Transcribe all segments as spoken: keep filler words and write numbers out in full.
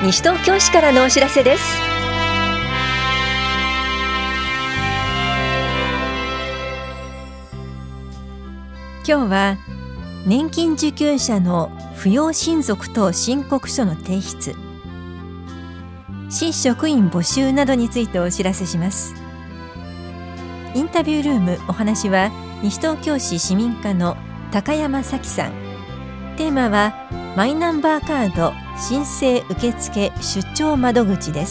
西東京市からのお知らせです。今日は年金受給者の扶養親族等申告書の提出、市職員募集などについてお知らせします。インタビュールーム、お話は西東京市市民課の高山咲さん。テーマはマイナンバーカード申請受付出張窓口です。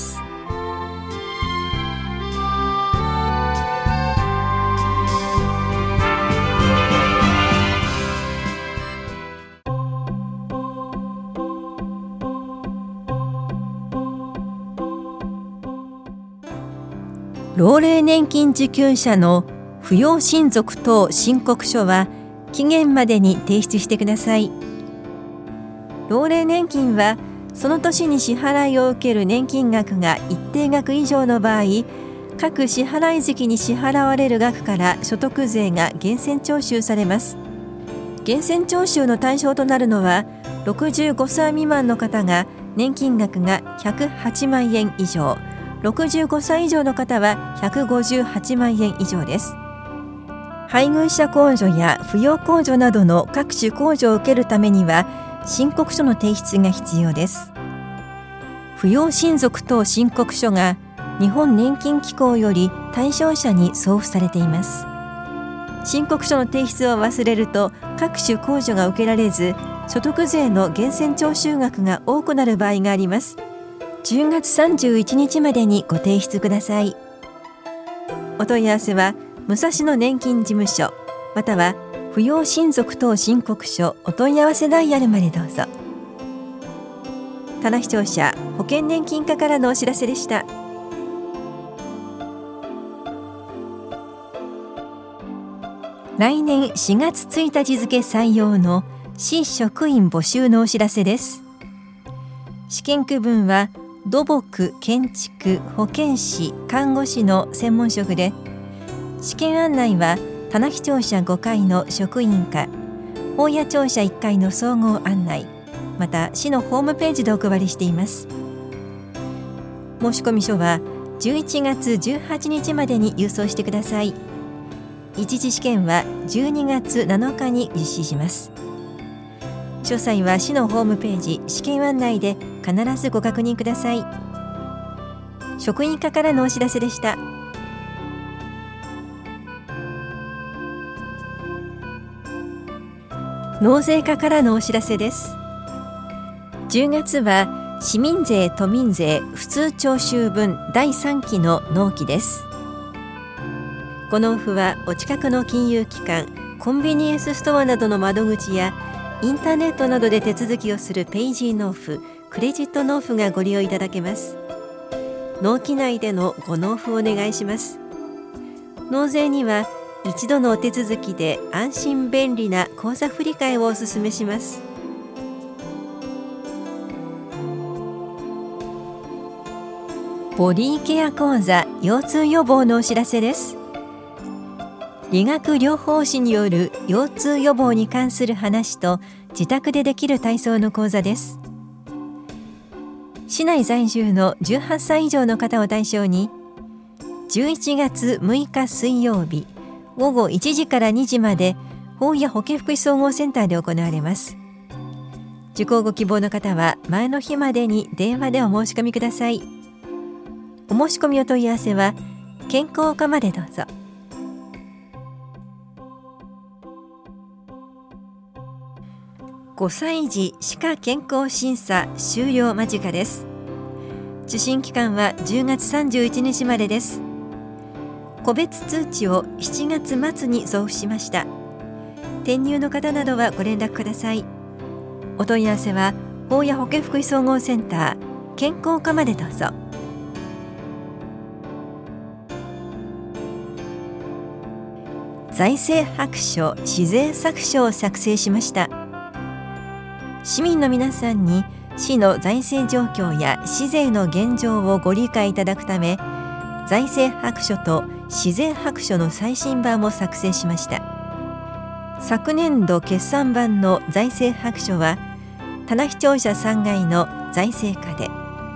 老齢年金受給者の扶養親族等申告書は期限までに提出してください。老齢年金はその年に支払いを受ける年金額が一定額以上の場合、各支払い時期に支払われる額から所得税が源泉徴収されます。源泉徴収の対象となるのは、ろくじゅうごさい未満の方が年金額がひゃくはちまんえん以上、ろくじゅうごさい以上の方はひゃくごじゅうはちまんえん以上です。配偶者控除や扶養控除などの各種控除を受けるためには申告書の提出が必要です。扶養親族等申告書が日本年金機構より対象者に送付されています。申告書の提出を忘れると各種控除が受けられず、所得税の源泉徴収額が多くなる場合があります。じゅうがつさんじゅういちにちまでにご提出ください。お問い合わせは武蔵野年金事務所または扶養親族等申告書お問い合わせダイヤルまでどうぞ。棚視聴者保険年金課からのお知らせでした。来年しがつついたち付採用の市職員募集のお知らせです。試験区分は土木、建築、保健師、看護師の専門職で、試験案内は棚視聴者ごかいの職員課、大谷庁舎いっかいの総合案内、また市のホームページでお配りしています。申込書はじゅういちがつじゅうはちにちまでに郵送してください。一次試験はじゅうにがつなのかに実施します。詳細は市のホームページ試験案内で必ずご確認ください。職員課からのお知らせでした。納税課からのお知らせです。じゅうがつは市民税・都民税普通徴収分だいさんきの納期です。ご納付はお近くの金融機関、コンビニエンスストアなどの窓口やインターネットなどで手続きをするペイジー納付、クレジット納付がご利用いただけます。納期内でのご納付をお願いします。納税には一度のお手続きで安心便利な口座振替をお勧めします。ボディケア講座腰痛予防のお知らせです。理学療法士による腰痛予防に関する話と自宅でできる体操の講座です。市内在住のじゅうはっさい以上の方を対象に、じゅういちがつむいか水曜日ごごいちじからにじまで法や保健福祉総合センターで行われます。受講ご希望の方は前の日までに電話でお申し込みください。お申し込みお問い合わせは健康課までどうぞ。ごさい児歯科健康審査終了間近です。受診期間はじゅうがつさんじゅういちにちまでです。個別通知をしちがつまつに送付しました。転入の方などはご連絡ください。お問い合わせは法や保健福祉総合センター健康課までどうぞ。財政白書市税作書を作成しました。市民の皆さんに市の財政状況や市税の現状をご理解いただくため、財政白書と市税白書の最新版も作成しました。昨年度決算版の財政白書は棚視聴者さんがいの財政課で、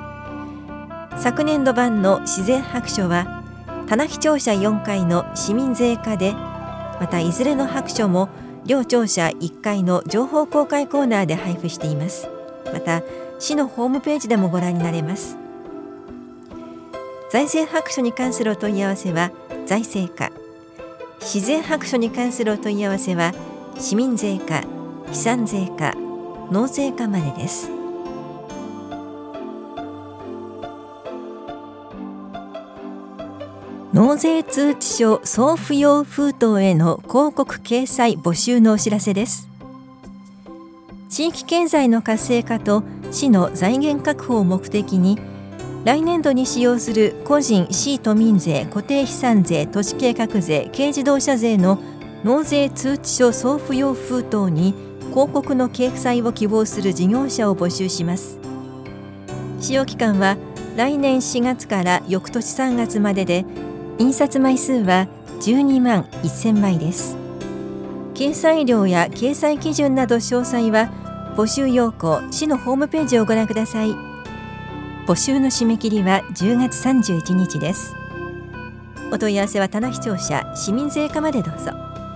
昨年度版の自然白書は棚木庁舎よんかいの市民税課で、またいずれの白書も両庁舎いっかいの情報公開コーナーで配布しています。また市のホームページでもご覧になれます。財政白書に関するお問い合わせは財政課、自然白書に関するお問い合わせは市民税課、飛散税課、納税課までです。納税通知書送付用封筒への広告掲載募集のお知らせです。地域経済の活性化と市の財源確保を目的に、来年度に使用する個人・市都民税、固定資産税、都市計画税、軽自動車税の納税通知書送付用封筒に広告の掲載を希望する事業者を募集します。使用期間は来年しがつから翌年さんがつまでで、印刷枚数はじゅうにまんせんまいです。掲載料や掲載基準など詳細は募集要項、市のホームページをご覧ください。募集の締め切りはじゅうがつさんじゅういちにちです。お問い合わせは棚木庁舎市民税課までどうぞ。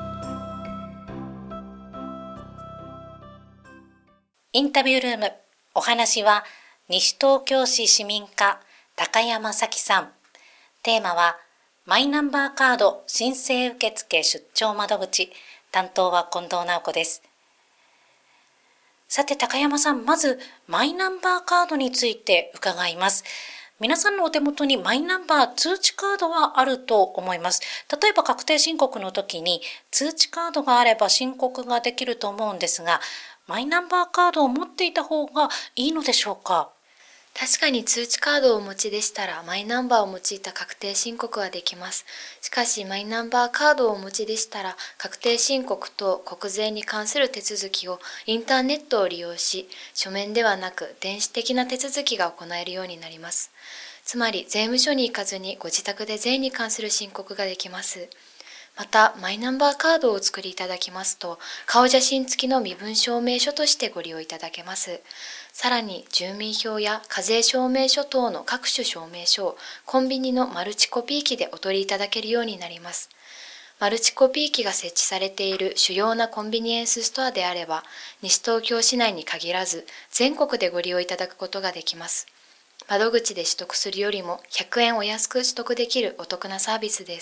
インタビュールーム、お話は西東京市市民課高山咲さん。テーマはマイナンバーカード申請受付出張窓口、担当は近藤直子です。さて高山さん、まずマイナンバーカードについて伺います。皆さんのお手元にマイナンバー通知カードはあると思います。例えば確定申告の時に通知カードがあれば申告ができると思うんですが、マイナンバーカードを持っていた方がいいのでしょうか？ 確かに通知カードをお持ちでしたらマイナンバーを用いた確定申告はできます。しかしマイナンバーカードをお持ちでしたら確定申告と国税に関する手続きをインターネットを利用し、書面ではなく電子的な手続きが行えるようになります。つまり税務署に行かずにご自宅で税に関する申告ができます。またマイナンバーカードをお作りいただきますと、顔写真付きの身分証明書としてご利用いただけます。さらに住民票や課税証明書等の各種証明書をコンビニのマルチコピー機でお取りいただけるようになります。マルチコピー機が設置されている主要なコンビニエンスストアであれば、西東京市内に限らず全国でご利用いただくことができます。窓口で取得するよりもひゃくえんお安く取得できるお得なサービスです。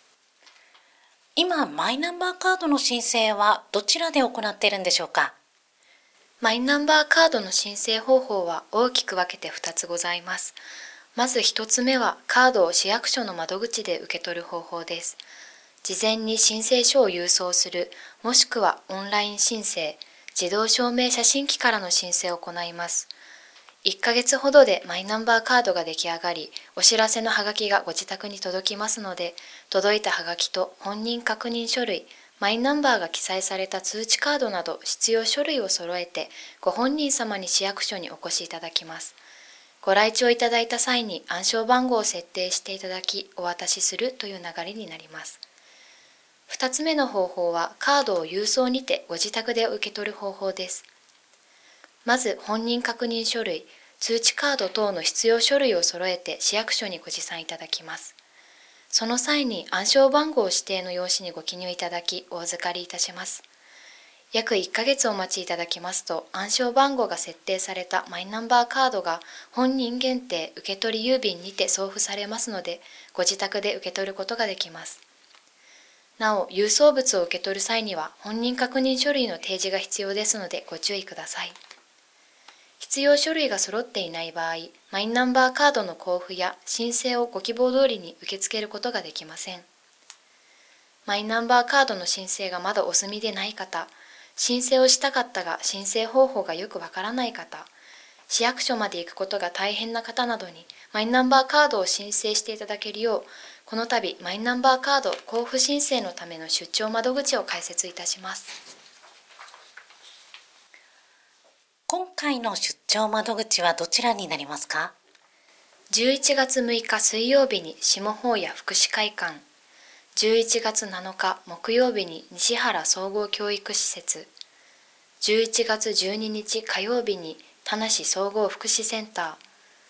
今マイナンバーカードの申請はどちらで行っているんでしょうか？ マイナンバーカードの申請方法は大きく分けてふたつございます。まずひとつめはカードを市役所の窓口で受け取る方法です。事前に申請書を郵送する、もしくはオンライン申請、自動証明写真機からの申請を行います。いっかげつほどでマイナンバーカードが出来上がり、お知らせのハガキがご自宅に届きますので、届いたハガキと本人確認書類、マイナンバーが記載された通知カードなど必要書類を揃えて、ご本人様に市役所にお越しいただきます。ご来庁いただいた際に暗証番号を設定していただき、お渡しするという流れになります。ふたつめの方法はカードを郵送にてご自宅で受け取る方法です。まず本人確認書類、通知カード等の必要書類を揃えて市役所にご持参いただきます。その際に暗証番号指定の用紙にご記入いただきお預かりいたします。約いっかげつお待ちいただきますと、暗証番号が設定されたマイナンバーカードが本人限定受取郵便にて送付されますので、ご自宅で受け取ることができます。なお、郵送物を受け取る際には本人確認書類の提示が必要ですのでご注意ください。必要書類が揃っていない場合、マイナンバーカードの交付や申請をご希望通りに受け付けることができません。マイナンバーカードの申請がまだお済みでない方、申請をしたかったが申請方法がよくわからない方、市役所まで行くことが大変な方などにマイナンバーカードを申請していただけるよう、この度マイナンバーカード交付申請のための出張窓口を開設いたします。 今回の出張窓口はどちらになりますか？ じゅういちがつむいか水曜日に下保谷福祉会館、じゅういちがつなのか木曜日に西原総合教育施設、じゅういちがつじゅうににち火曜日に田無総合福祉センター、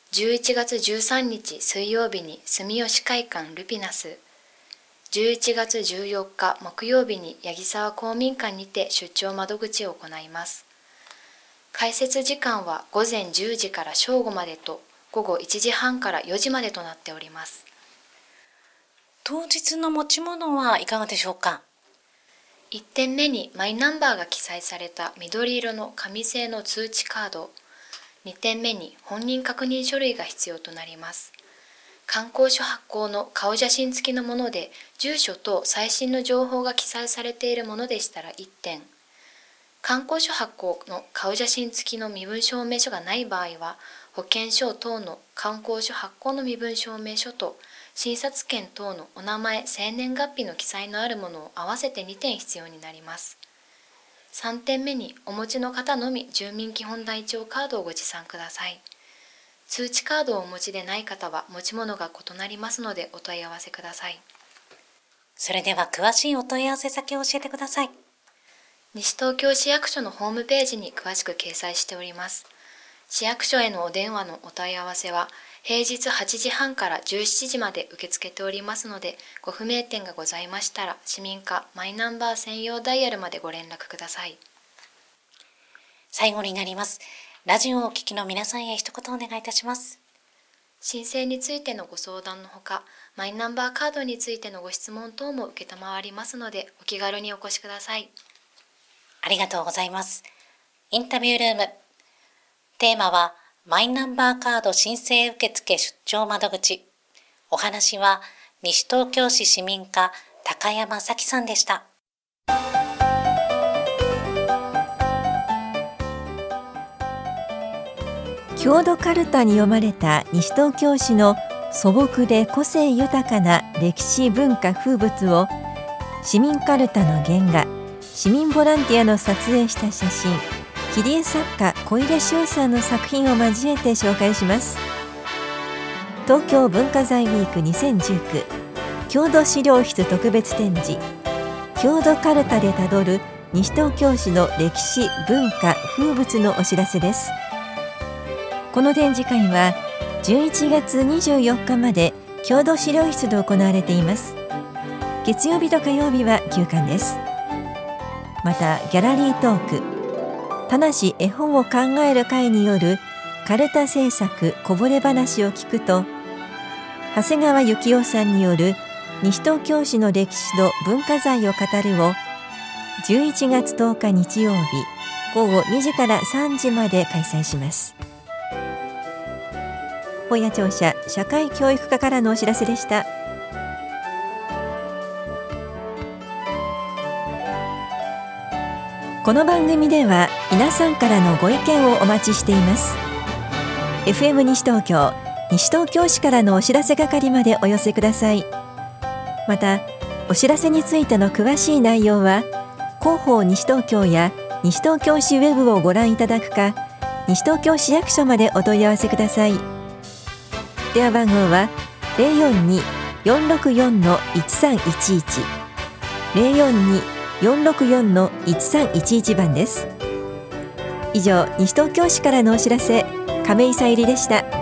じゅういちがつじゅうさんにち水曜日に住吉会館ルピナス、じゅういちがつじゅうよっか木曜日に八木沢公民館にて出張窓口を行います。開設時間はごぜんじゅうじから正午までとごごいちじはんからよじまでとなっております。 当日の持ち物はいかがでしょうか？ いってんめにマイナンバーが記載された緑色の紙製の通知カード、にてんめに本人確認書類が必要となります。観光書発行の顔写真付きのもので、住所と最新の情報が記載されているものでしたらいってん、観光書発行の顔写真付きの身分証明書がない場合は、保険証等の観光書発行の身分証明書と診察券等のお名前、生年月日の記載のあるものを合わせてにてん必要になります。さんてんめにお持ちの方のみ住民基本台帳カードをご持参ください。通知カードをお持ちでない方は持ち物が異なりますのでお問い合わせください。 それでは詳しいお問い合わせ先を教えてください。 西東京市役所のホームページに詳しく掲載しております。市役所へのお電話のお問い合わせは平日はちじはんからじゅうしちじまで受け付けておりますので、ご不明点がございましたら市民課マイナンバー専用ダイヤルまでご連絡ください。 最後になります。ラジオをお聞きの皆さんへ一言お願いいたします。 申請についてのご相談のほか、マイナンバーカードについてのご質問等も受けたまわりますので、お気軽にお越しください。 ありがとうございます。インタビュールーム。テーマは、マイナンバーカード申請受付出張窓口。お話は、西東京市市民課高山咲さんでした。 郷土かるたに読まれた西東京市の素朴で個性豊かな歴史文化風物を市民かるたの原画、市民ボランティアの撮影した写真、切り絵作家小出修さんの作品を交えて紹介します。東京文化財ウィークにせんじゅうきゅう郷土資料室特別展示、郷土かるたでたどる西東京市の歴史文化風物のお知らせです。この展示会はじゅういちがつにじゅうよっかまで郷土資料室で行われています。月曜日と火曜日は休館です。またギャラリートーク、田無絵本を考える会によるかるた制作こぼれ話を聞くと、長谷川幸雄さんによる西東京市の歴史と文化財を語るをじゅういちがつとおか日曜日ごごにじからさんじまで開催します。本屋庁舎社会教育課からのお知らせでした。この番組では皆さんからのご意見をお待ちしています。 エフエム 西東京西東京市からのお知らせ係までお寄せください。またお知らせについての詳しい内容は広報西東京や西東京市ウェブをご覧いただくか、西東京市役所までお問い合わせください。電話番号は ゼロよんに よんろくよん いちさんいちいち ゼロよんに よんろくよん いちさんいちいち番です。以上、西東京市からのお知らせ、亀井さゆりでした。